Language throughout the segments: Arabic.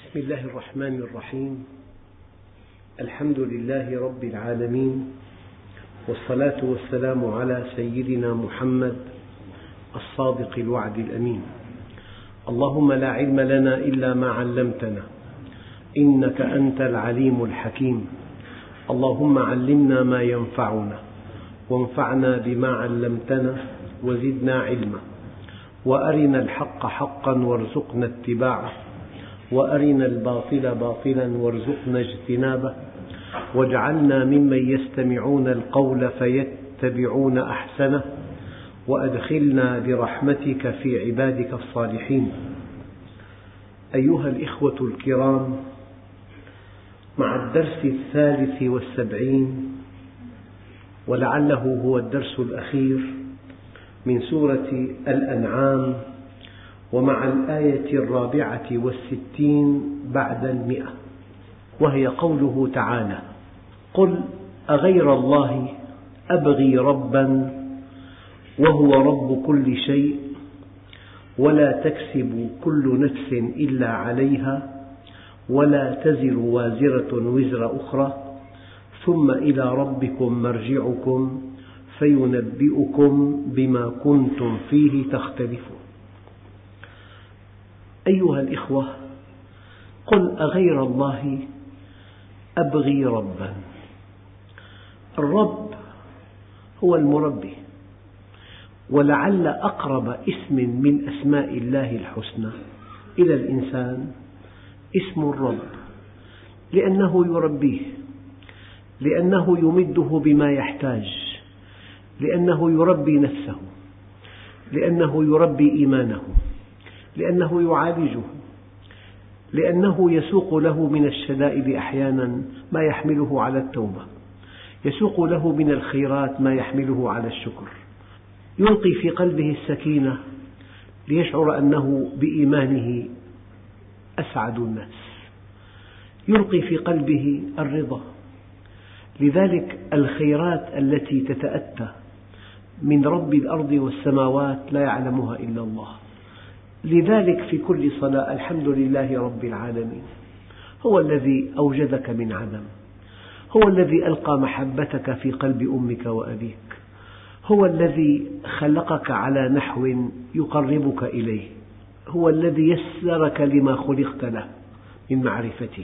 بسم الله الرحمن الرحيم. الحمد لله رب العالمين، والصلاة والسلام على سيدنا محمد الصادق الوعد الأمين. اللهم لا علم لنا إلا ما علمتنا، إنك أنت العليم الحكيم. اللهم علمنا ما ينفعنا، وانفعنا بما علمتنا، وزدنا علما، وأرنا الحق حقا وارزقنا اتباعه، وأرنا الباطل باطلا وارزقنا اجتنابه، واجعلنا ممن يستمعون القول فيتبعون أحسنه، وأدخلنا برحمتك في عبادك الصالحين. أيها الإخوة الكرام، مع الدرس 73 ولعله هو الدرس الأخير من سورة الأنعام، ومع الآية 64 بعد 100، وهي قوله تعالى: قل أغير الله أبغي ربا وهو رب كل شيء، ولا تكسب كل نفس إلا عليها، ولا تزر وازرة وزر أخرى، ثم إلى ربكم مرجعكم فينبئكم بما كنتم فيه تختلفون. أيها الإخوة، قل أغير الله أبغي ربا. الرب هو المربي، ولعل أقرب اسم من أسماء الله الحسنى إلى الإنسان اسم الرب، لأنه يربيه، لأنه يمده بما يحتاج، لأنه يربي نفسه، لأنه يربي إيمانه، لأنه يعالجه، لأنه يسوق له من الشدائد أحيانا ما يحمله على التوبة، يسوق له من الخيرات ما يحمله على الشكر، يلقي في قلبه السكينة ليشعر أنه بإيمانه أسعد الناس، يلقي في قلبه الرضا. لذلك الخيرات التي تتأتى من رب الأرض والسماوات لا يعلمها إلا الله. لذلك في كل صلاة: الحمد لله رب العالمين، هو الذي أوجدك من عدم، هو الذي ألقى محبتك في قلب أمك وأبيك، هو الذي خلقك على نحو يقربك إليه، هو الذي يسرك لما خلقت له من معرفته.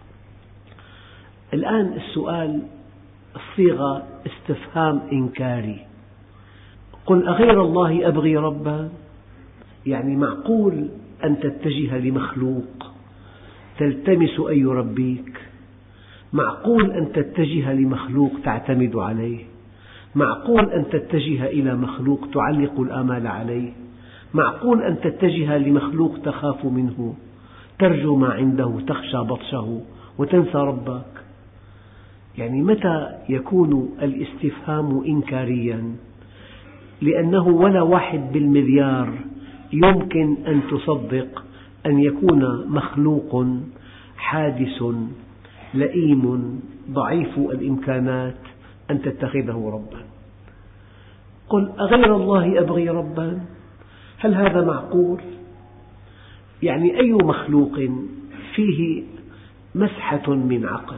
الآن السؤال، الصيغة استفهام إنكاري: قل أغير الله أبغي ربا؟ يعني معقول أن تتجه لمخلوق تلتمس أن يربيك؟ معقول أن تتجه لمخلوق تعتمد عليه؟ معقول أن تتجه إلى مخلوق تعلق الآمال عليه؟ معقول أن تتجه لمخلوق تخاف منه، ترجو ما عنده، تخشى بطشه، وتنسى ربك؟ يعني متى يكون الاستفهام إنكاريا؟ لأنه ولا 1 بالمليار يمكن أن تصدق أن يكون مخلوق حادث لئيم ضعيف الإمكانات أن تتخذه ربا. قل أغير الله أبغي ربا؟ هل هذا معقول؟ يعني أي مخلوق فيه مسحة من عقل،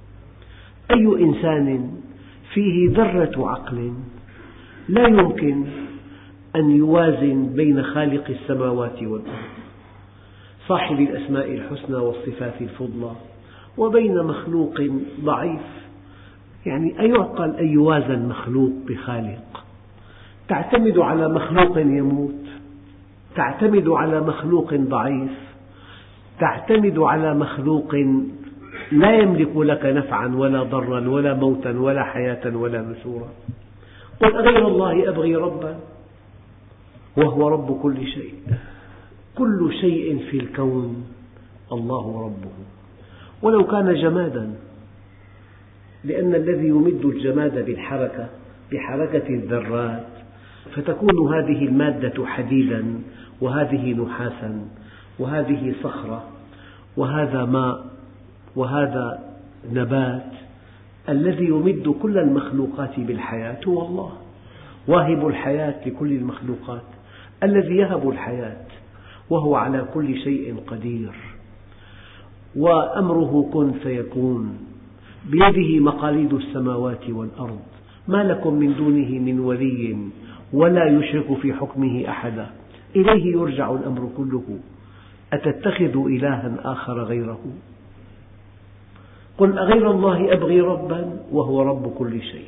أي إنسان فيه ذرة عقل لا يمكن أن يوازن بين خالق السماوات والأرض صاحب الأسماء الحسنى والصفات الفضلى وبين مخلوق ضعيف؟ يعني أيعقل أن يوازن مخلوق بخالق؟ تعتمد على مخلوق يموت، تعتمد على مخلوق ضعيف، تعتمد على مخلوق لا يملك لك نفعا ولا ضرا ولا موتا ولا حياة ولا نشورا. قل أغير الله أبغي ربا وهو رب كل شيء. كل شيء في الكون الله ربه، ولو كان جمادا، لأن الذي يمد الجماد بالحركة بحركة الذرات، فتكون هذه المادة حديدا، وهذه نحاسا، وهذه صخرة، وهذا ماء، وهذا نبات. الذي يمد كل المخلوقات بالحياة هو الله، واهب الحياة لكل المخلوقات، الذي يهب الحياة، وهو على كل شيء قدير. وأمره كن فيكون، بيده مقاليد السماوات والأرض، ما لكم من دونه من ولي ولا يشرك في حكمه أحدا، إليه يرجع الأمر كله، أتتخذ إلها آخر غيره؟ قل أغير الله أبغي ربا وهو رب كل شيء.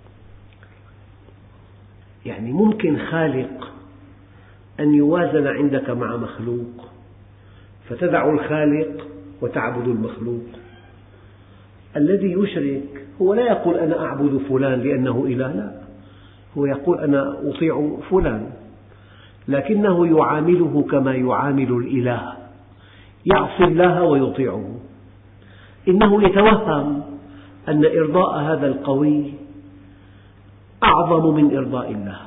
يعني ممكن خالق أن يوازن عندك مع مخلوق، فتدع الخالق وتعبد المخلوق. الذي يشرك هو لا يقول أنا أعبد فلان لأنه إله، لا، هو يقول أنا أطيع فلان، لكنه يعامله كما يعامل الإله، يعصي الله ويطيعه. إنه يتوهم أن إرضاء هذا القوي أعظم من إرضاء الله،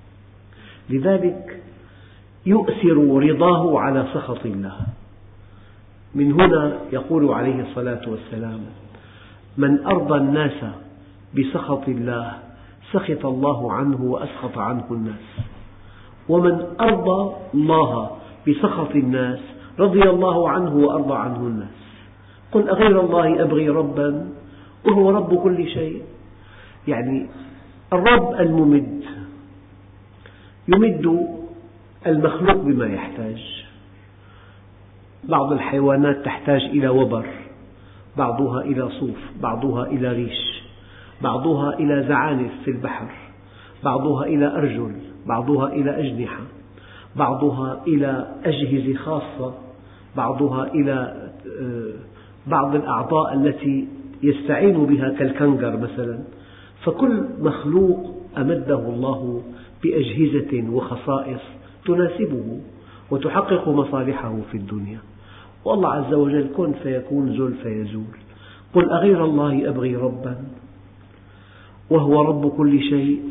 لذلك يؤثر رضاه على سخط الله. من هنا يقول عليه الصلاة والسلام: من أرضى الناس بسخط الله سخط الله عنه وأسخط عنه الناس، ومن أرضى الله بسخط الناس رضي الله عنه وأرضى عنه الناس. قل أغير الله أبغي ربا وهو رب كل شيء. يعني الرب الممد يمد المخلوق بما يحتاج. بعض الحيوانات تحتاج إلى وبر، بعضها إلى صوف، بعضها إلى ريش، بعضها إلى زعانف في البحر، بعضها إلى أرجل، بعضها إلى أجنحة، بعضها إلى أجهزة خاصة، بعضها إلى بعض الأعضاء التي يستعين بها كالكنغر مثلا. فكل مخلوق أمده الله بأجهزة وخصائص تناسبه وتحقق مصالحه في الدنيا. والله عز وجل كن فيكون، زل فيزول. قل أغير الله أبغي ربا وهو رب كل شيء.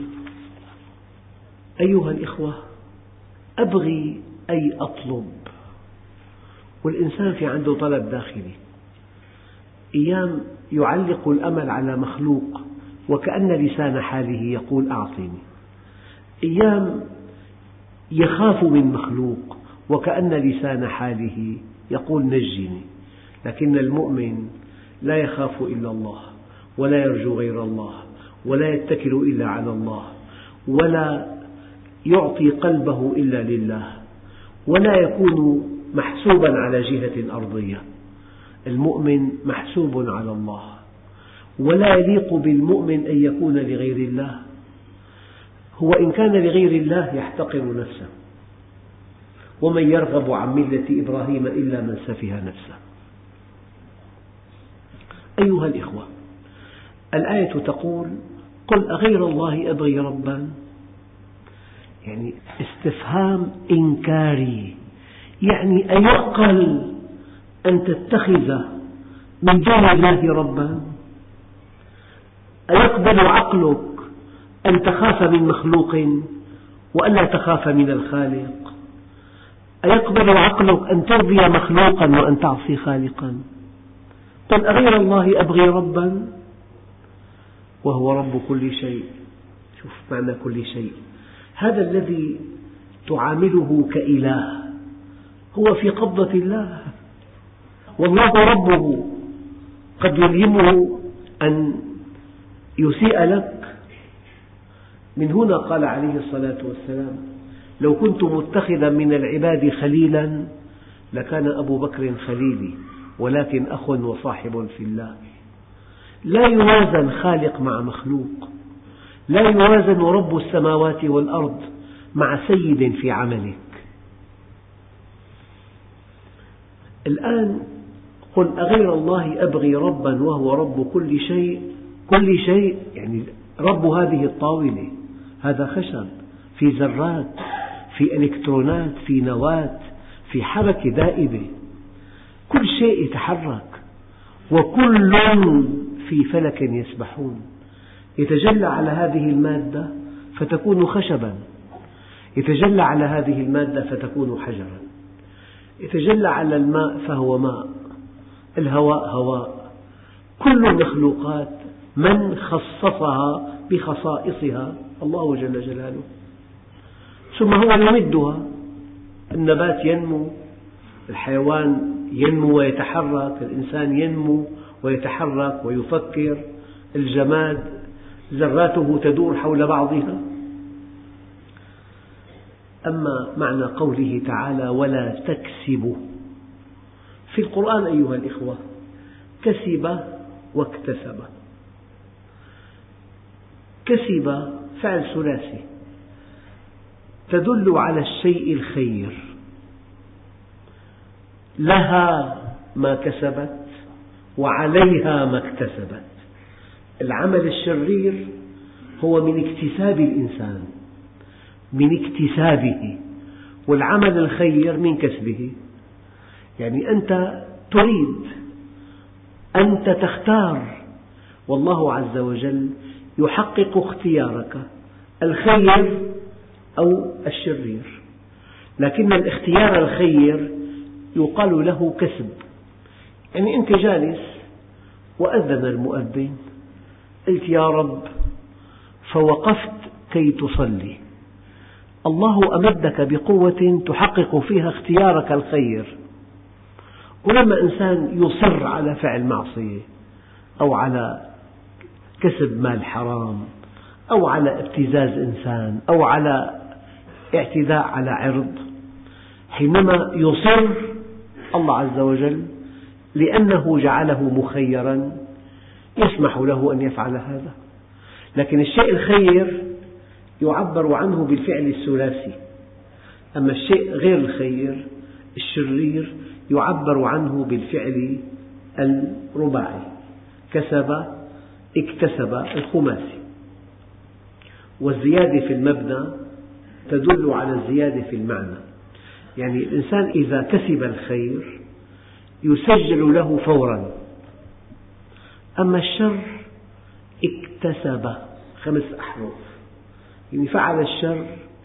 أيها الإخوة، أبغي أي أطلب، والإنسان في عنده طلب داخلي. أيام يعلق الأمل على مخلوق وكأن لسان حاله يقول أعطني، أيام يخاف من مخلوق وكأن لسان حاله يقول نجني. لكن المؤمن لا يخاف إلا الله، ولا يرجو غير الله، ولا يتكل إلا على الله، ولا يعطي قلبه إلا لله، ولا يكون محسوبا على جهة أرضية. المؤمن محسوب على الله، ولا يليق بالمؤمن أن يكون لغير الله. هو إن كان لغير الله يحتقر نفسه، ومن يرغب عن ملة إبراهيم إلا من سفه نفسه. أيها الإخوة، الآية تقول: قل أغير الله أبغي ربا، يعني استفهام إنكاري، يعني أيعقل أن تتخذ من دون الله ربا؟ أيقبل عقلك أن تخاف من مخلوق وألا تخاف من الخالق؟ أيقبل عقلك أن ترضي مخلوقا وأن تعصي خالقا؟ قل أغير الله أبغي ربا وهو رب كل شيء. شوف معنى كل شيء، هذا الذي تعامله كإله هو في قبضة الله، والله ربه. قد يلهمه أن يسيء لك. من هنا قال عليه الصلاة والسلام: لو كنت متخذا من العباد خليلا لكان أبو بكر خليلي، ولكن أخ وصاحب في الله. لا يوازن خالق مع مخلوق، لا يوازن رب السماوات والأرض مع سيد في عملك. الآن قل أغير الله أبغي ربا وهو رب كل شيء. كل شيء يعني رب هذه الطاولة، هذا خشب، في ذرات، في إلكترونات، في نواة، في حركة دائبة، كل شيء يتحرك، وكل في فلك يسبحون. يتجلى على هذه المادة فتكون خشبا، يتجلى على هذه المادة فتكون حجرا، يتجلى على الماء فهو ماء، الهواء هواء. كل المخلوقات من خصصها بخصائصها؟ الله جل جلاله. ثم هو يمدها، النبات ينمو، الحيوان ينمو ويتحرك، الإنسان ينمو ويتحرك ويفكر، الجماد ذراته تدور حول بعضها. أما معنى قوله تعالى ولا تكسب في القرآن أيها الإخوة، كسب واكتسب. كسب فعل ثلاثي تدل على الشيء الخير، لها ما كسبت وعليها ما اكتسبت. العمل الشرير هو من اكتساب الإنسان، من اكتسابه، والعمل الخير من كسبه. يعني أنت تريد، أنت تختار، والله عز وجل يحقق اختيارك الخير أو الشرير، لكن الاختيار الخير يقال له كسب. يعني أنت جالس وأذن المؤذن، قلت يا رب فوقفت كي تصلي، الله أمدك بقوة تحقق فيها اختيارك الخير. ولما إنسان يصر على فعل معصية أو على كسب مال حرام أو على ابتزاز إنسان أو على اعتداء على عرض، حينما يصر الله عز وجل لأنه جعله مخيرا يسمح له أن يفعل هذا. لكن الشيء الخير يعبر عنه بالفعل الثلاثي، أما الشيء غير الخير الشرير يعبر عنه بالفعل الرباعي، كسب اكتسب الخماسي. والزيادة في المبنى تدل على الزيادة في المعنى، يعني الإنسان إذا كسب الخير يسجل له فورا، أما الشر اكتسب 5 أحرف، يعني فعل الشر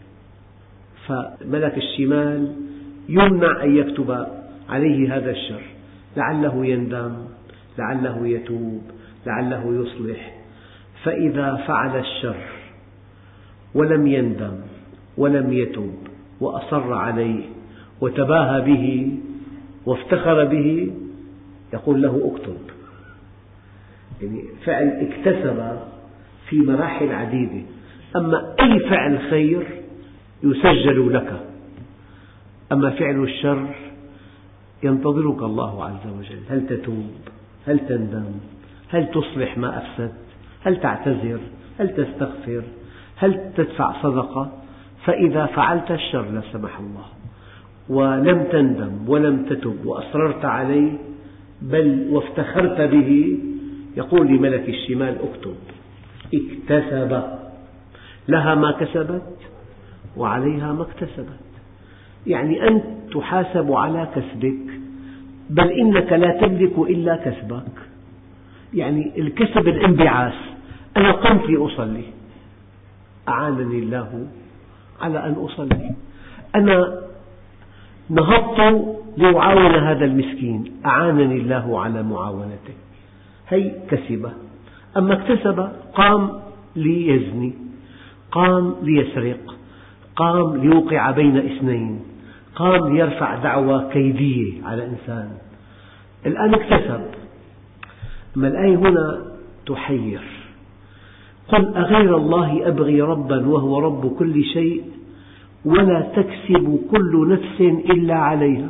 فملك الشمال يمنع أن يكتب عليه هذا الشر، لعله يندم، لعله يتوب، لعله يصلح. فإذا فعل الشر ولم يندم ولم يتب وأصر عليه وتباهى به وافتخر به، يقول له اكتب. يعني فعل اكتسب في مراحل عديدة، أما أي فعل خير يسجل لك، أما فعل الشر ينتظرك الله عز وجل. هل تتوب؟ هل تندم؟ هل تصلح ما أفسدت؟ هل تعتذر؟ هل تستغفر؟ هل تدفع صدقة؟ فإذا فعلت الشر لا سمح الله ولم تندم ولم تتب وأصررت عليه بل وافتخرت به، يقول لملك الشمال اكتب. اكتسب، لها ما كسبت وعليها ما اكتسبت. يعني أنت تحاسب على كسبك، بل إنك لا تملك إلا كسبك. يعني الكسب الانبعاث، أنا قمت لأصلي أعانني الله على أن أصلي، أنا نهضت لأعاون هذا المسكين أعانني الله على معاونته، هي كسبة. أما اكتسب، قام ليزني، قام ليسرق، قام ليوقع بين اثنين، قام ليرفع دعوى كيدية على إنسان، الآن اكتسب. أما الآية هنا تحير، قل أغير الله أبغي ربا وهو رب كل شيء ولا تكسب كل نفس إلا عليها.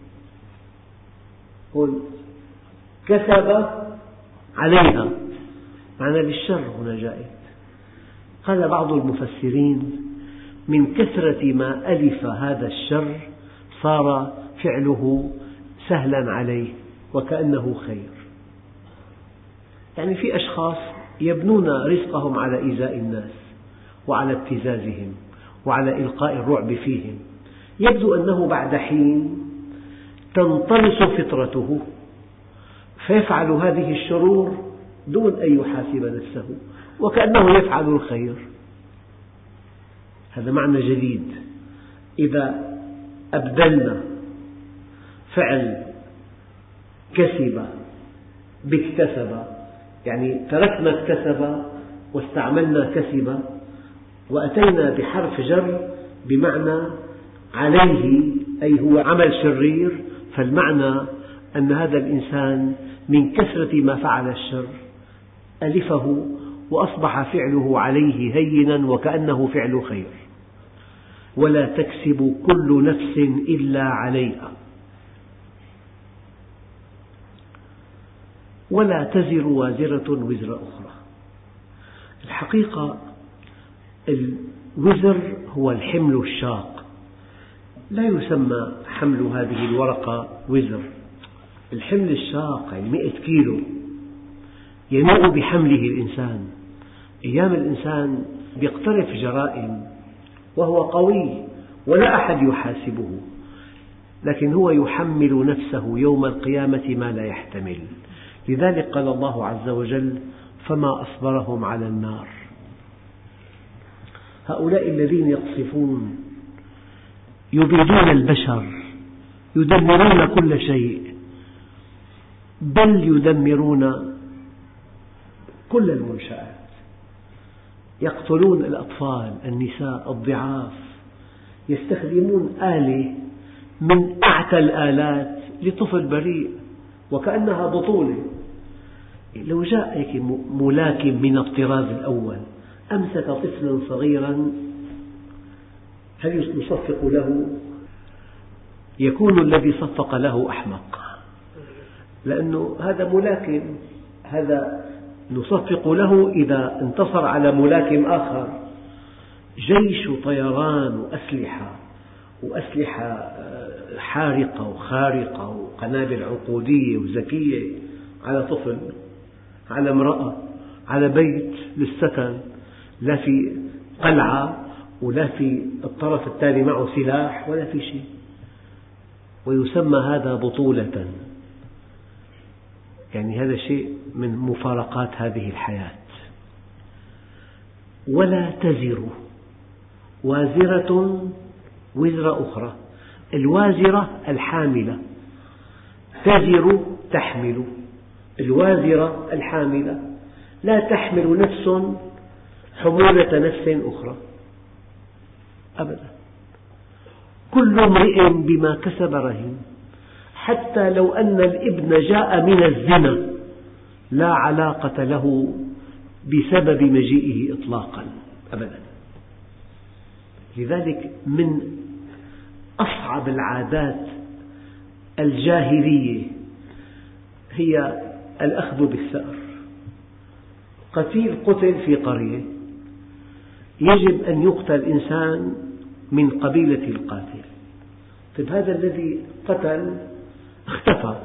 قل كسب عليها، معنى للشر هنا جائز. قال بعض المفسرين من كثرة ما ألف هذا الشر صار فعله سهلا عليه وكأنه خير. يعني في أشخاص يبنون رزقهم على إيذاء الناس وعلى ابتزازهم وعلى إلقاء الرعب فيهم، يبدو أنه بعد حين تنطلس فطرته فيفعل هذه الشرور دون أن يحاسب نفسه وكأنه يفعل الخير. هذا معنى جديد. إذا أبدلنا فعل كسب باكتسب، يعني تركنا اكتسب واستعملنا كسب وأتينا بحرف جر بمعنى عليه، أي هو عمل شرير، فالمعنى أن هذا الإنسان من كثرة ما فعل الشر ألفه وأصبح فعله عليه هينا وكأنه فعل خير. ولا تكسب كل نفس إلا عليها ولا تزر وازرة وزر أخرى. الحقيقة الوزر هو الحمل الشاق، لا يسمى حمل هذه الورقة وزر. الحمل الشاق يعني 100 كيلو ينوء بحمله الإنسان. أيام الإنسان يقترف جرائم وهو قوي ولا أحد يحاسبه، لكن هو يحمل نفسه يوم القيامة ما لا يحتمل. لذلك قال الله عز وجل: فما أصبرهم على النار. هؤلاء الذين يقصفون يبيدون البشر، يدمرون كل شيء، بل يدمرون كل المنشآت، يقتلون الأطفال، النساء، الضعاف، يستخدمون آلة من أعتى الآلات لطفل بريء وكأنها بطولة. لو جاء هيك ملاكم من الطراز الأول أمسك طفلا صغيرا، هل يصفق له؟ يكون الذي صفق له أحمق، لأنه هذا ملاكم، هذا نصفق له إذا انتصر على ملاكم آخر. جيش طيران وأسلحة حارقة وخارقة وقنابل عنقودية وذكية على طفل، على امرأة، على بيت للسكن، لا في قلعة ولا في الطرف الثاني معه سلاح ولا في شيء، ويسمى هذا بطولة. يعني هذا شيء من مفارقات هذه الحياة. ولا تزر وازرة وزر أخرى. الوازرة الحاملة، تزر تحمل، الوازرة الحاملة لا تحمل نفس حمولة نفس أخرى أبدا. كل امرئ بما كسب رهين. حتى لو أن الابن جاء من الزنا لا علاقة له بسبب مجيئه إطلاقا أبدا. لذلك من أصعب العادات الجاهلية هي الأخذ بالثأر. قتيل قتل في قرية، يجب أن يقتل إنسان من قبيلة القاتل. طيب هذا الذي قتل اختفى،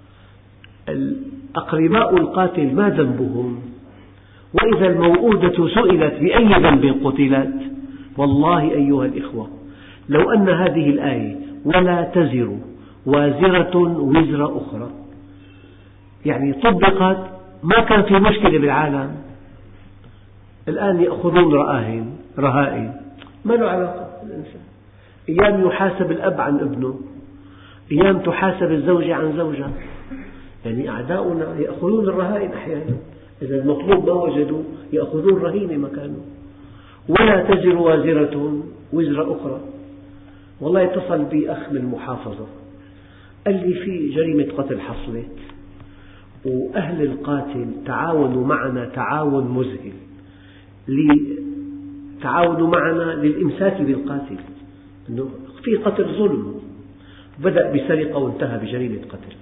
أقرباء القاتل ما ذنبهم؟ وإذا الموءودة سئلت بأي ذنب قتلت؟ والله أيها الإخوة، لو أن هذه الآية ولا تزر وازرة وزر أخرى يعني طبقت ما كان في مشكلة بالعالم. الآن يأخذون رهائن ما له علاقة بالإنسان. أيام يحاسب الأب عن ابنه، أيام تحاسب الزوجة عن زوجها. يعني أعداؤنا يأخذون الرهائن أحيانا، إذا المطلوب ما وجدوا يأخذون رهينة مكانه. ولا تزر وازرة وزر أخرى. والله اتصل بي أخ من المحافظة قال لي في جريمة قتل حصلت وأهل القاتل تعاونوا معنا تعاون مذهل، تعاونوا معنا للإمساك بالقاتل، أنه في قتل ظلم، بدأ بسرقة وانتهى بجريمة قتل.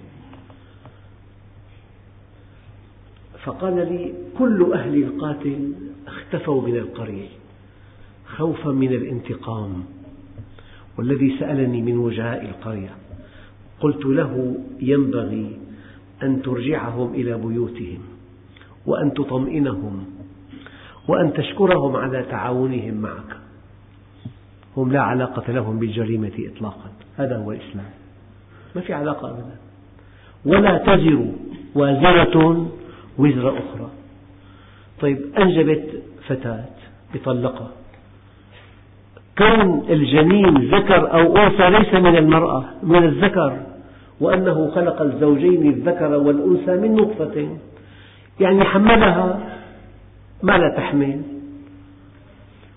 فقال لي كل أهل القاتل اختفوا من القرية خوفا من الانتقام. والذي سألني من وجهاء القرية قلت له ينبغي أن ترجعهم إلى بيوتهم وأن تطمئنهم وأن تشكرهم على تعاونهم معك. هم لا علاقة لهم بالجريمة إطلاقا، هذا هو الإسلام، ما في علاقة أبدا. ولا تزر وازرة وزر أخرى. طيب أنجبت فتاة بطلقها، كون الجنين ذكر أو أنثى ليس من المرأة، من الذكر، وأنه خلق الزوجين الذكر والأنثى من نطفة، يعني حملها ما لا تحمل.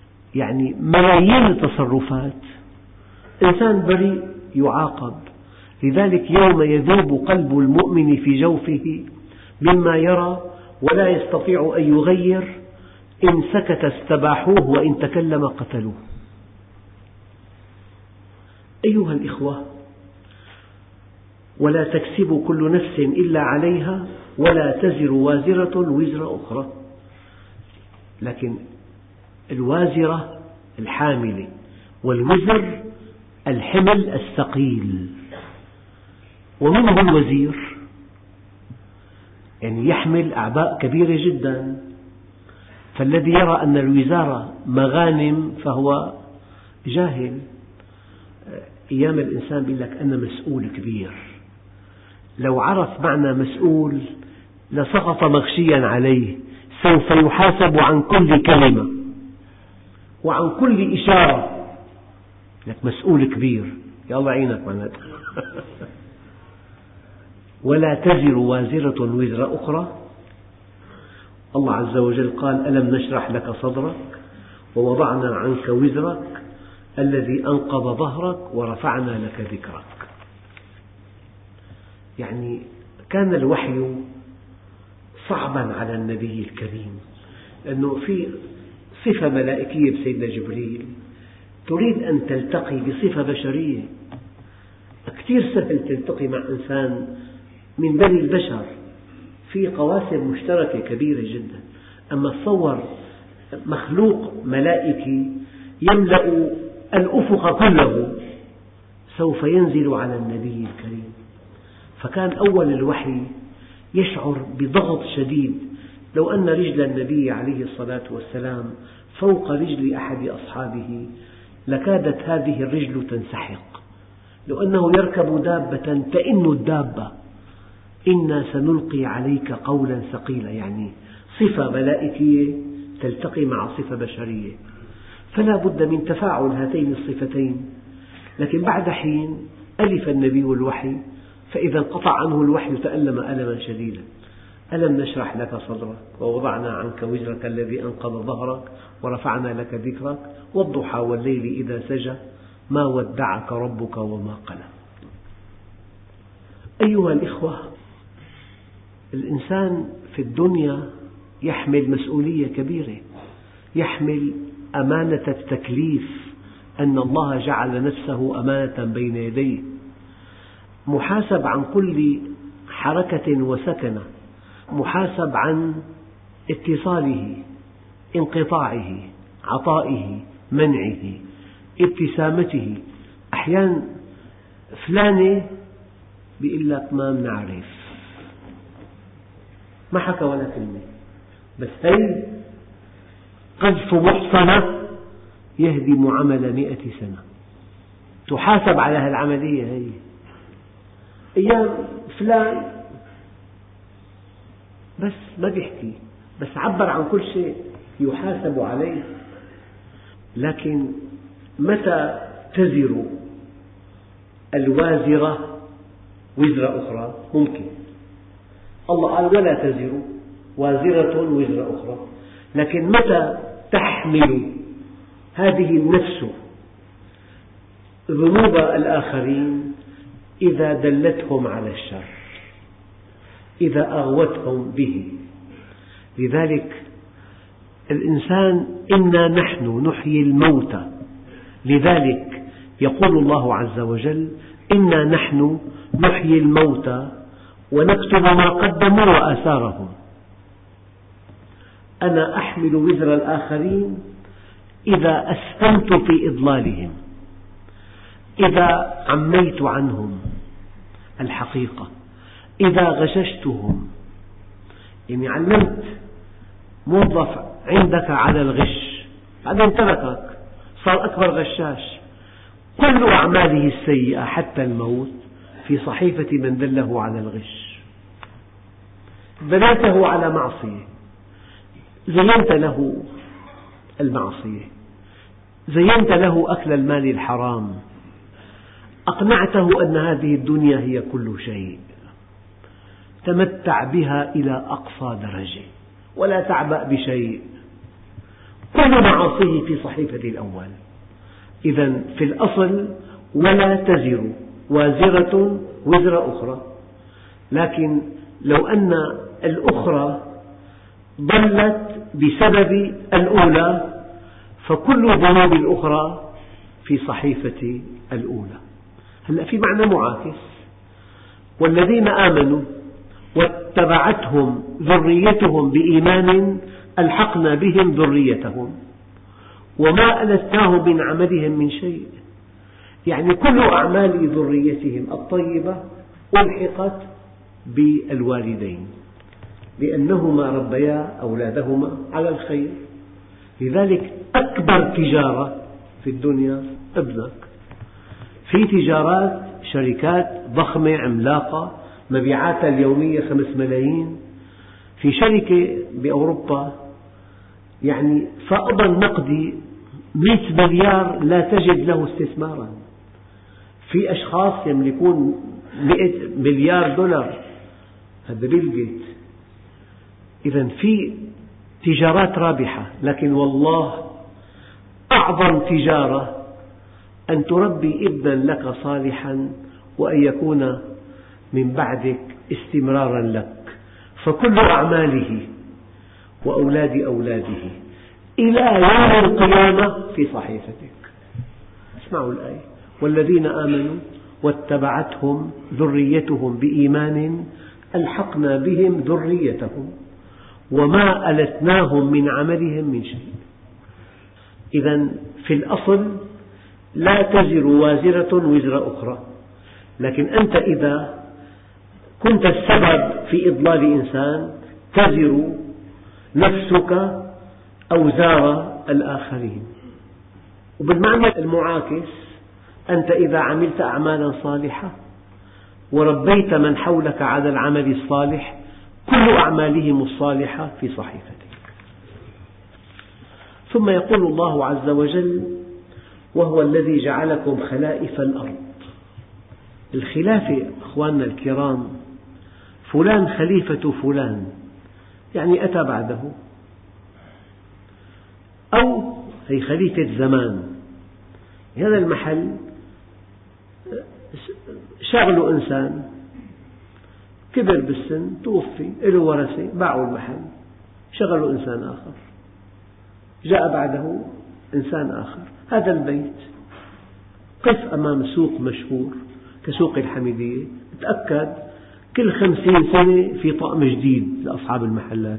يعني ملايين التصرفات، إنسان بريء يعاقب، لذلك يوم يذوب قلب المؤمن في جوفه مما يرى ولا يستطيع أن يغير، إن سكت استباحوه وإن تكلم قتلوه. أيها الإخوة، ولا تكسب كل نفس إلا عليها ولا تزر وازرة وزر أخرى. لكن الوازرة الحاملة، والوزر الحمل الثقيل، ومنه الوزير، يعني يحمل أعباء كبيرة جدا. فالذي يرى أن الوزارة مغانم فهو جاهل. أيام الإنسان يقول لك أنا مسؤول كبير، لو عرف معنى مسؤول لسقط مغشيا عليه، سوف يحاسب عن كل كلمة وعن كل إشارة. لك مسؤول كبير، يا الله يعينك معناته. ولا تزر وازرة وزر أخرى. الله عز وجل قال: ألم نشرح لك صدرك ووضعنا عنك وزرك الذي أنقض ظهرك ورفعنا لك ذكرك. يعني كان الوحي صعبا على النبي الكريم، لأنه في صفة ملائكية بسيدنا جبريل تريد أن تلتقي بصفة بشرية. كثير سهل تلتقي مع إنسان من بني البشر، في قواسم مشتركة كبيرة جدا. أما تصور مخلوق ملائكي يملأ الأفق كله سوف ينزل على النبي الكريم. فكان أول الوحي يشعر بضغط شديد. لو أن رجل النبي عليه الصلاة والسلام فوق رجل أحد أصحابه لكادت هذه الرجل تنسحق. لو أنه يركب دابة تئن الدابة. إنا سنلقي عليك قولا ثقيلا، يعني صفة ملائكية تلتقي مع صفة بشرية، فلا بد من تفاعل هاتين الصفتين. لكن بعد حين ألف النبي الوحي، فإذا انقطع عنه الوحي تألم ألما شديدا. ألم نشرح لك صدرك ووضعنا عنك وزرك الذي أنقض ظهرك ورفعنا لك ذكرك والضحى والليل إذا سجى ما ودعك ربك وما قلى. أيها الإخوة، الإنسان في الدنيا يحمل مسؤولية كبيرة، يحمل أمانة التكليف، أن الله جعل نفسه أمانة بين يديه، محاسب عن كل حركة وسكنة، محاسب عن اتصاله، انقطاعه، عطائه، منعه، ابتسامته. أحيانا فلانة بيقول لك ما بنعرف، ما حكى ولا كلمة، بس هي قذف محصنة يهدم عمل 100 سنة. تحاسب على هالعملية هي. أيام فلان بس ما بيحكي، بس عبر عن كل شيء يحاسب عليه. لكن متى تزر الوازرة وزر أخرى؟ ممكن. الله قال: ولا تزر وازرة وزر أخرى. لكن متى تحمل هذه النفس ذنوب الآخرين؟ إذا دلتهم على الشر، إذا أغوتهم به. لذلك الإنسان إنا نحن نحيي الموتى. لذلك يقول الله عز وجل: إنا نحن نحيي الموتى ونكتب ما قدموا وآثارهم. أنا أحمل وزر الآخرين إذا أسفمت في إضلالهم، إذا عميت عنهم الحقيقة، إذا غششتهم. يعني علمت موظف عندك على الغش، بعدين تركك صار أكبر غشاش. كل أعماله السيئة حتى الموت في صحيفة من دله على الغش. دللته على معصية، زينت له المعصية، زينت له أكل المال الحرام، أقنعته أن هذه الدنيا هي كل شيء، تمتع بها إلى أقصى درجة ولا تعبأ بشيء. كل معاصيه في صحيفة الأول. إذن في الأصل: ولا تزر وازرة وزر أخرى، لكن لو أن الأخرى ضلت بسبب الأولى فكل ذنوب الأخرى في صحيفة الأولى. هلأ في معنى معاكس: والذين آمنوا واتبعتهم ذريتهم بإيمان ألحقنا بهم ذريتهم وما ألتناهم من عملهم من شيء. يعني كل أعمال ذريتهم الطيبة ألحقت بالوالدين لأنهما ربيا أولادهما على الخير. لذلك أكبر تجارة في الدنيا ابنك. في تجارات شركات ضخمة عملاقة مبيعاتها اليومية 5 ملايين. في شركة بأوروبا يعني فائض النقدي 100 مليار لا تجد له استثمارا. في أشخاص يملكون 100 مليار دولار، هذا بيل غيت. إذن في تجارات رابحة، لكن والله أعظم تجارة أن تربي ابنا لك صالحا وأن يكون من بعدك استمرارا لك، فكل أعماله وأولاد أولاده إلى يوم القيامة في صحيفتك. اسمعوا الآية: والذين آمنوا واتبعتهم ذريتهم بإيمان ألحقنا بهم ذريتهم وما ألتناهم من عملهم من شيء. إذن في الأصل لا تزر وازرة وزر أخرى، لكن أنت إذا كنت السبب في إضلال إنسان تزر نفسك أوزار الآخرين. وبالمعنى المعاكس أنت إذا عملت أعمالا صالحة وربيت من حولك على العمل الصالح كل أعمالهم الصالحة في صحيفتك. ثم يقول الله عز وجل: وهو الذي جعلكم خلائف الأرض. الخلافة أخواننا الكرام، فلان خليفة فلان، يعني أتى بعده، أو هي خليفة زمان. هذا المحل شغله إنسان كبر بالسن توفي له ورثة باعوا المحل شغله إنسان آخر، جاء بعده إنسان آخر. هذا البيت قف أمام سوق مشهور كسوق الحميدية تأكد كل 50 سنة في طقم جديد لأصحاب المحلات.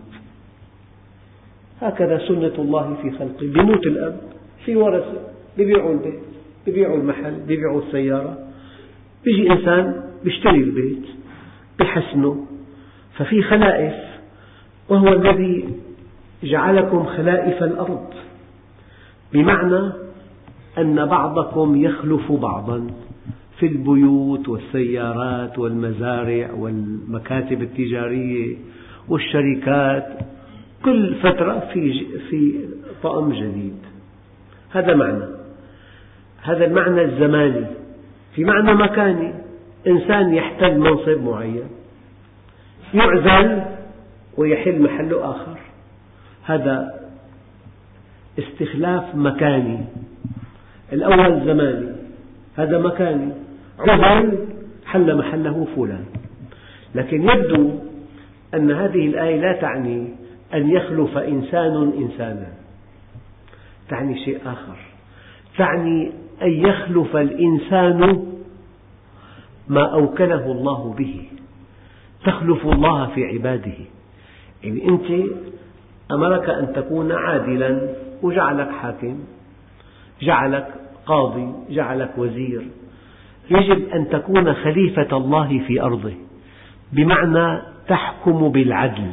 هكذا سنة الله في خلقه. بيموت الأب في ورثة بيبيعوا البيت بيبيعوا المحل بيبيعوا السيارة، بيجي إنسان بيشتري البيت بحسنه. ففي خلائف. وهو الذي جعلكم خلائف الأرض، بمعنى أن بعضكم يخلف بعضا في البيوت والسيارات والمزارع والمكاتب التجارية والشركات. كل فترة في طقم جديد. هذا معنى. هذا المعنى الزماني. في معنى مكاني: إنسان يحتل منصب معين يعزل ويحل محله آخر، هذا استخلاف مكاني. الأول زماني، هذا مكاني، عزل حل محله فلان. لكن يبدو أن هذه الآية لا تعني أن يخلف إنسان إنسانا، تعني شيء آخر. تعني أن يخلف الإنسان ما أوكله الله به. تخلف الله في عباده. يعني أنت أمرك أن تكون عادلا وجعلك حاكم، جعلك قاضي، جعلك وزير. يجب أن تكون خليفة الله في أرضه، بمعنى تحكم بالعدل.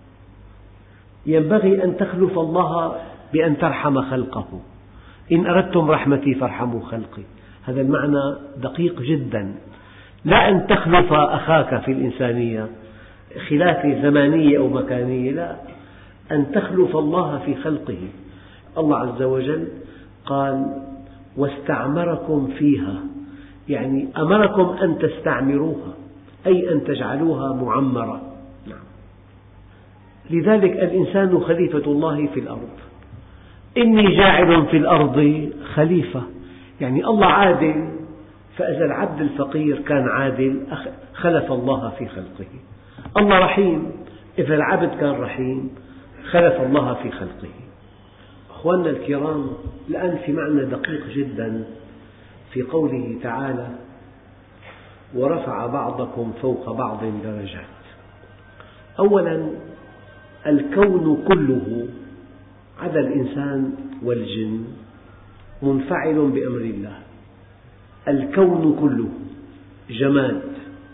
ينبغي أن تخلف الله بأن ترحم خلقه. إن أردتم رحمتي فارحموا خلقي. هذا المعنى دقيق جدا. لا أن تخلف أخاك في الإنسانية خلافة زمانية أو مكانية، لا، أن تخلف الله في خلقه. الله عز وجل قال: واستعمركم فيها، يعني أمركم أن تستعمروها، أي أن تجعلوها معمرة. لذلك الإنسان خليفة الله في الأرض. إني جاعل في الأرض خليفة، يعني الله عادل فإذا العبد الفقير كان عادل خلف الله في خلقه. الله رحيم، إذا العبد كان رحيم خلف الله في خلقه. أخواننا الكرام، الآن في معنى دقيق جدا في قوله تعالى: ورفع بعضكم فوق بعض درجات. أولا، الكون كله عدا الإنسان والجن منفعل بأمر الله. الكون كله، جماد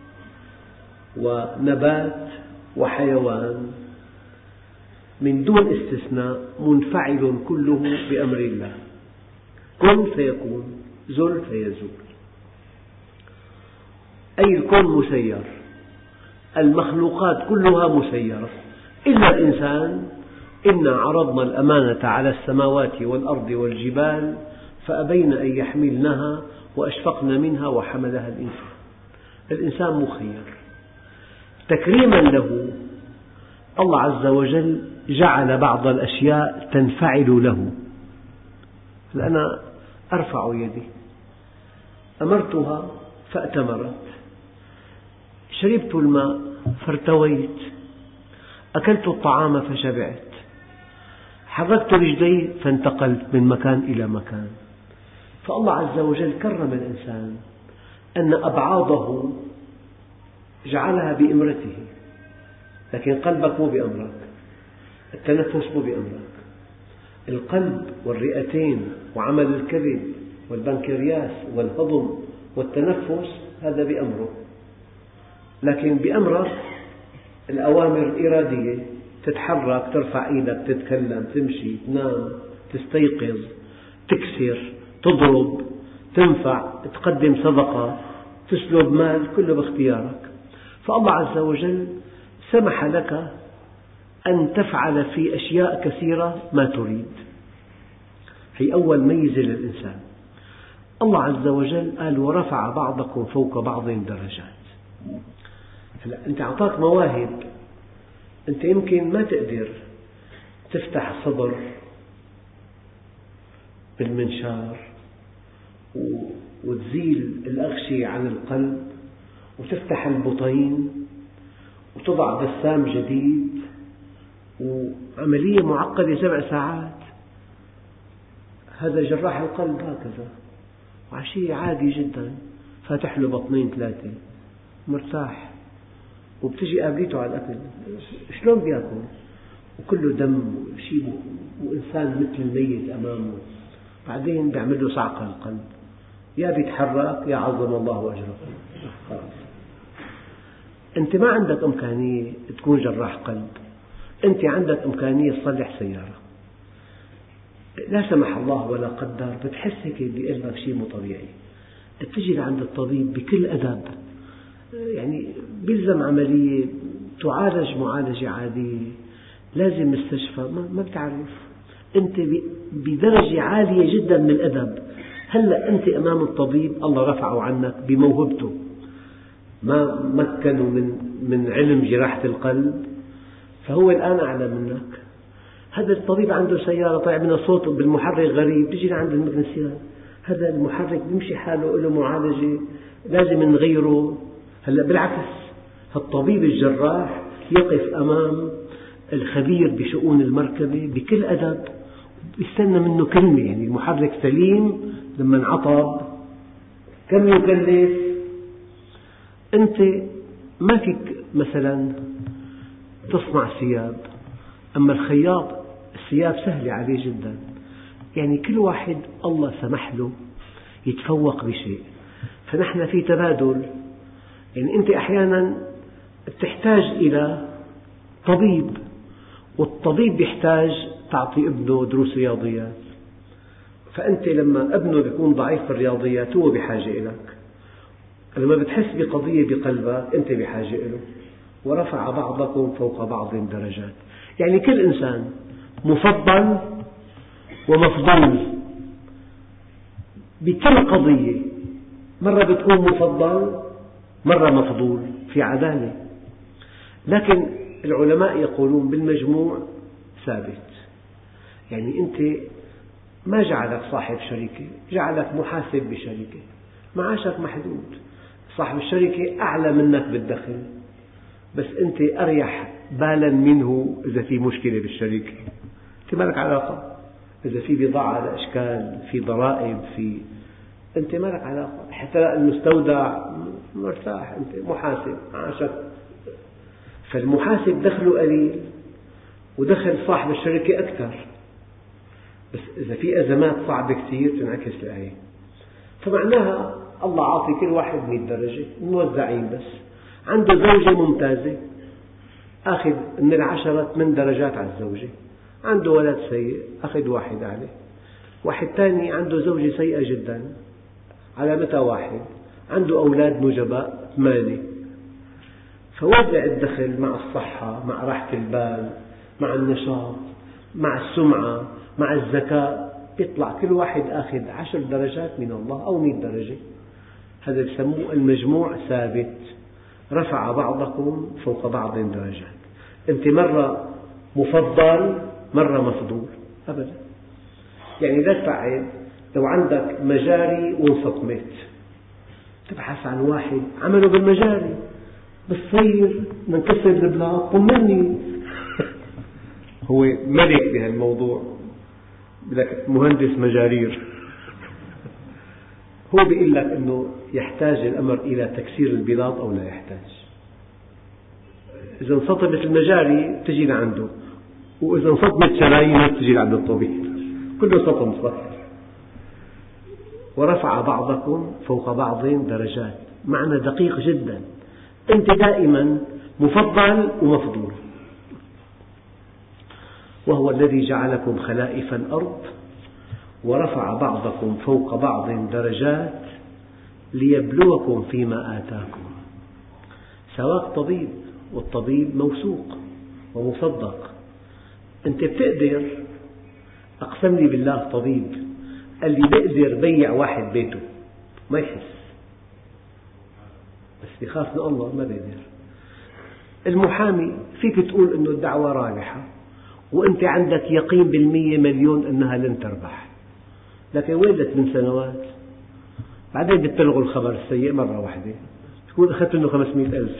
ونبات وحيوان من دون استثناء منفعل كله بأمر الله. كن فيكون، زل فيزول، أي الكون مسير، المخلوقات كلها مسيرة إلا الإنسان. إنا عرضنا الأمانة على السماوات والأرض والجبال فأبين أن يحملنها وأشفقن منها وحملها الإنسان. الإنسان مخير. تكريما له الله عز وجل جعل بعض الأشياء تنفعل له. أنا أرفع يدي، أمرتها فأتمرت، شربت الماء فارتويت، أكلت الطعام فشبعت، حركت رجلي فانتقلت من مكان إلى مكان. فالله عز وجل كرم الإنسان أن أبعاضه جعلها بإمرته، لكن قلبك مو بأمرك، التنفس مو بأمرك. القلب والرئتين وعمل الكبد والبنكرياس والهضم والتنفس هذا بأمره، لكن بأمرك الأوامر الإرادية: تتحرك، ترفع إيدك، تتكلم، تمشي، تنام، تستيقظ، تكسر، تضرب، تنفع، تقدم صدقة، تسلب مال، كله باختيارك. فالله عز وجل سمح لك أن تفعل في أشياء كثيرة ما تريد. هي أول ميزة للإنسان. الله عز وجل قال: ورفع بعضكم فوق بعض درجات. هلأ أنت أعطاك مواهب، أنت يمكن ما تقدر تفتح الصدر بالمنشار وتزيل الأغشية عن القلب وتفتح البطين وتضع بسام جديد وعملية معقدة 7 ساعات. هذا جراح القلب هكذا، وعشية عادي جدا فاتح له بطنين 3 مرتاح، وبتجي قابلته على الأكل شلون بيأكل وكله دم وشيء وإنسان مثل الميت أمامه. بعدين بيعمل له صعقة القلب، يا بيتحرك يا عظم الله أجره. خلاص أنت ما عندك إمكانية تكون جراح قلب، أنت عندك إمكانية تصلح سيارة. لا سمح الله ولا قدر بتحس هيك بقلبك شيء مو طبيعي، تجي لعند الطبيب بكل أدب، يعني بيلزم عملية، تعالج معالجة عادية، لازم مستشفى، ما بتعرف. أنت بدرجة عالية جدا من الأدب. هلأ أنت أمام الطبيب الله رفعه عنك بموهبته، ما مكنه من علم جراحة القلب، فهو الآن أعلى منك. هذا الطبيب عنده سيارة طلع منها صوت بالمحرك غريب، تجي لعند المكنسيان، هذا المحرك بيمشي حاله، له معالجة لازم نغيره. هلأ بالعكس، الطبيب الجراح يقف أمام الخبير بشؤون المركبة بكل أدب، يستنى منه كلمة. يعني المحرك سليم لما انعطب كم يكلف؟ أنت ما فيك مثلا تصنع ثياب، أما الخياط الثياب سهلة عليه جدا. يعني كل واحد الله سمح له يتفوق بشيء، فنحن في تبادل. يعني أنت أحيانا تحتاج إلى طبيب، والطبيب يحتاج تعطي ابنه دروس رياضيات، فأنت لما ابنه يكون ضعيف في الرياضيات هو بحاجة إليك، لما بتحس بقضية بقلبك أنت بحاجة له. ورفع بعضكم فوق بعض درجات، يعني كل إنسان مفضل ومفضول بكل قضية، مرة بتكون مفضل مرة مفضول، في عدالة. لكن العلماء يقولون بالمجموع ثابت. يعني أنت ما جعلك صاحب شركة، جعلك محاسب بشركة، معاشك محدود، صاحب الشركة أعلى منك بالدخل، بس أنت أريح بالا منه إذا في مشكلة بالشركة، أنت ما لك علاقة. إذا في بضاعة على أشكال، في ضرائب، أنت ما لك علاقة. حتى المستودع مرتاح، أنت محاسب معاشك. فالمحاسب دخله قليل ودخل صاحب الشركة أكثر، بس إذا في أزمات صعبة كثير تنعكس الآية. فمعناها الله عاطي كل واحد 100 درجة، موزعين. بس عنده زوجة ممتازة أخذ من 10 8 درجات على الزوجة، عنده ولد سيء أخذ 1 عليه، واحد ثاني عنده زوجة سيئة جدا علامتها 1، عنده أولاد نجباء 8. فوزع الدخل مع الصحة، مع راحة البال، مع النشاط، مع السمعة، مع الذكاء، يطلع كل واحد أخذ 10 درجات من الله أو 100 درجة. هذا يسموه المجموع ثابت، رفع بعضكم فوق بعض درجات. أنت مرة مفضل مرة مفضول أبدا. يعني لا تفعل، لو عندك مجاري وانسطمت تبحث عن واحد عمله بالمجاري، بتصير منكسر البلاط طمني هو ملك بهالموضوع، لك مهندس مجارير. هو بيقول لك أنه يحتاج الأمر إلى تكسير البلاط أو لا يحتاج. إذا انسطمت المجاري تجي لعنده، وإذا انسطمت شرايينه تجي لعند الطبيب، كله سطم صار. ورفع بعضكم فوق بعض درجات، معنى دقيق جدا. أنت دائما مفضل ومفضول. وهو الذي جعلكم خلائف الأرض ورفع بعضكم فوق بعض درجات ليبلوكم فيما آتاكم. سواك طبيب، والطبيب موثوق ومصدق. أنت بتقدر، أقسم لي بالله طبيب قال لي بقدر بيع واحد بيته ما يحس، بس بيخاف من الله ما بقدر. المحامي فيك تقول أنه الدعوة رابحة وأنت عندك يقين بالمية مليون أنها لن تربح، لكن ولدت من سنوات، بعدين بتبلغوا الخبر السيء مرة واحدة تكون أخذت منه 500,000.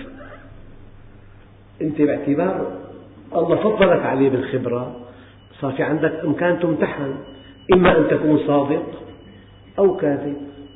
أنت باعتبار الله فضلك عليه بالخبرة صار في عندك إمكان تمتحن، إما أن تكون صادق أو كاذب.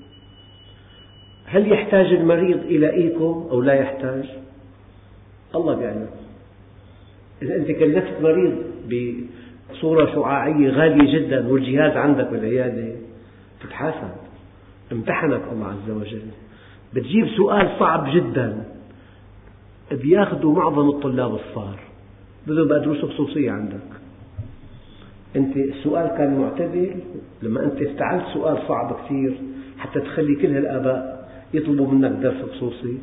هل يحتاج المريض إلى إيكو أو لا يحتاج؟ الله يعلم. إذا أنت كلفت مريض بصورة شعاعية غالية جدا والجهاز عندك بالعيادة تتحاسب، امتحنك الله عز وجل. بتجيب سؤال صعب جدا بياخذوا معظم الطلاب الصغار، بدهم بقى دروس خصوصية عندك. أنت السؤال كان معتدل، لما أنت افتعلت سؤال صعب كثير حتى تخلي كل هالآباء يطلبوا منك درس خصوصي،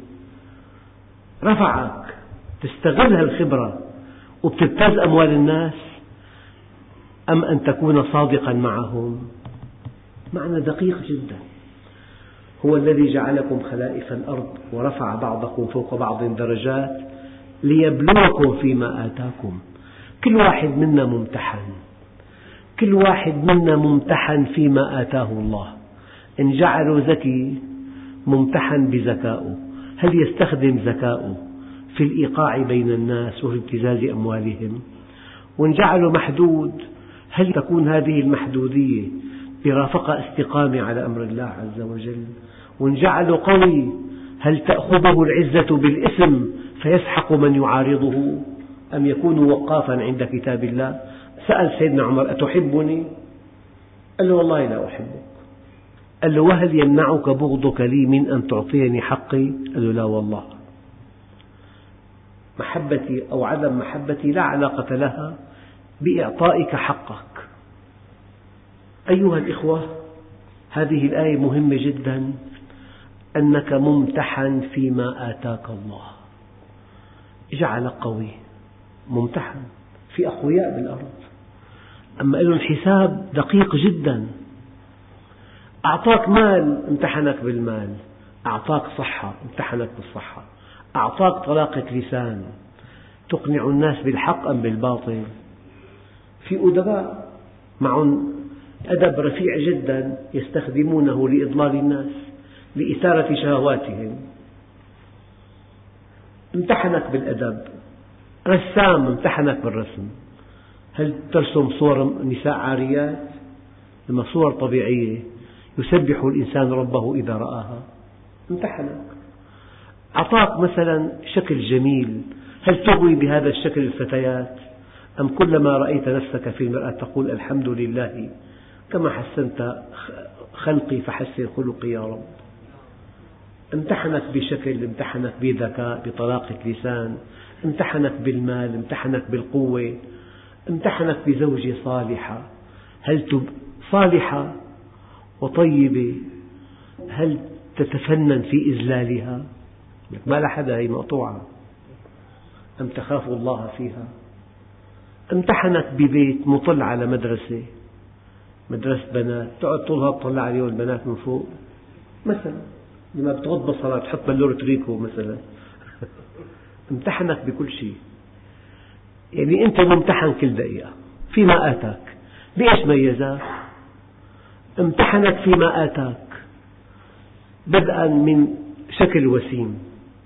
رفعك تستغل هالخبرة وبتبتز أموال الناس، أم أن تكون صادقا معهم. معنى دقيق جدا. هو الذي جعلكم خلائف الأرض ورفع بعضكم فوق بعض درجات ليبلوكم فيما آتاكم. كل واحد منا ممتحن، كل واحد منا ممتحن فيما آتاه الله. إن جعله ذكي ممتحن بذكائه، هل يستخدم ذكائه في الإيقاع بين الناس وفي ابتزاز أموالهم؟ وإن جعله محدود هل تكون هذه المحدودية برافقة استقامة على أمر الله عز وجل؟ وإن جعله قوي هل تأخذه العزة بالإثم فيسحق من يعارضه، أم يكون وقافا عند كتاب الله؟ سأل سيدنا عمر أتحبني؟ قال له والله لا أحبك. قال له وهل يمنعك بغضك لي من أن تعطيني حقي؟ قال له لا والله. محبتي أو عدم محبتي لا علاقة لها بإعطائك حقك. أيها الإخوة، هذه الآية مهمة جدا، أنك ممتحن فيما آتاك الله. جعلك قوي ممتحن، في أقوياء بالأرض أما لهم حساب دقيق جدا. أعطاك مال امتحنك بالمال، أعطاك صحة امتحنك بالصحة، أعطاك طلاقة لسان تقنع الناس بالحق أم بالباطل. في أدباء معهم أدب رفيع جدا يستخدمونه لإضلال الناس، لإثارة شهواتهم. امتحنك بالأدب، رسام امتحنك بالرسم، هل ترسم صور نساء عاريات؟ لما صور طبيعية يسبح الإنسان ربه إذا رآها. امتحنك، أعطاك مثلا شكل جميل، هل تغوي بهذا الشكل الفتيات؟ أم كلما رأيت نفسك في المرآة تقول الحمد لله كما حسنت خلقي فحسن خلقي يا رب. امتحنك بشكل، امتحنك بذكاء، بطلاقة لسان، امتحنك بالمال، امتحنك بالقوة، امتحنك بزوجة صالحة، هل صالحة وطيبة، هل تتفنن في إذلالها؟ ما لحدا، هي مقطوعة. أم تخاف الله فيها؟ امتحنك ببيت مطل على مدرسة بنات، تقعد طولها تطلع عليهم البنات من فوق مثلا، لما بتغض بصرها تحط بلورة ريكو مثلا. امتحنك بكل شيء، يعني أنت ممتحن كل دقيقة فيما آتاك. بإيش ميزاك؟ امتحنك فيما آتاك، بدءا من شكل وسيم،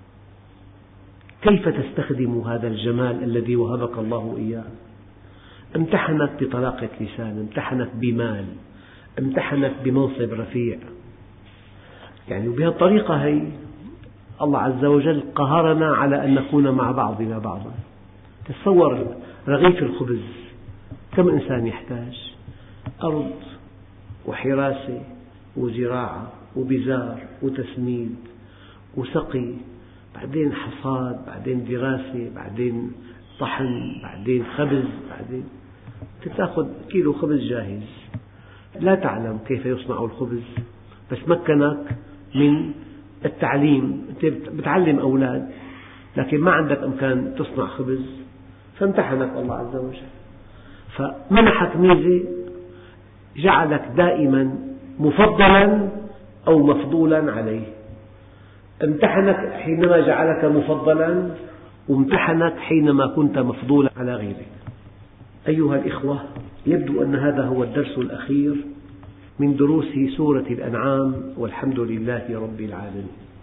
كيف تستخدم هذا الجمال الذي وهبك الله إياه. امتحنك بطلاقة لسان، امتحنك بمال، امتحنك بمنصب رفيع. يعني بهالطريقة هي الله عز وجل قهرنا على أن نكون مع بعضنا بعضا. تصور رغيف الخبز كم إنسان يحتاج؟ أرض وحراسة وزراعة وبزار وتسميد وسقي، بعدين حصاد، بعدين دراسة، بعدين طحن، بعدين خبز، بعدين تأخذ كيلو خبز جاهز، لا تعلم كيف يصنع الخبز، بس مكنك من التعليم، أنت بتعلم أولاد لكن ما عندك إمكان تصنع خبز، فامتحنك الله عز وجل، فمنحك ميزة، جعلك دائما مفضلا أو مفضولا عليه. امتحنك حينما جعلك مفضلا، وامتحنك حينما كنت مفضولا على غيرك. أيها الإخوة، يبدو أن هذا هو الدرس الأخير من دروس سورة الأنعام، والحمد لله رب العالمين.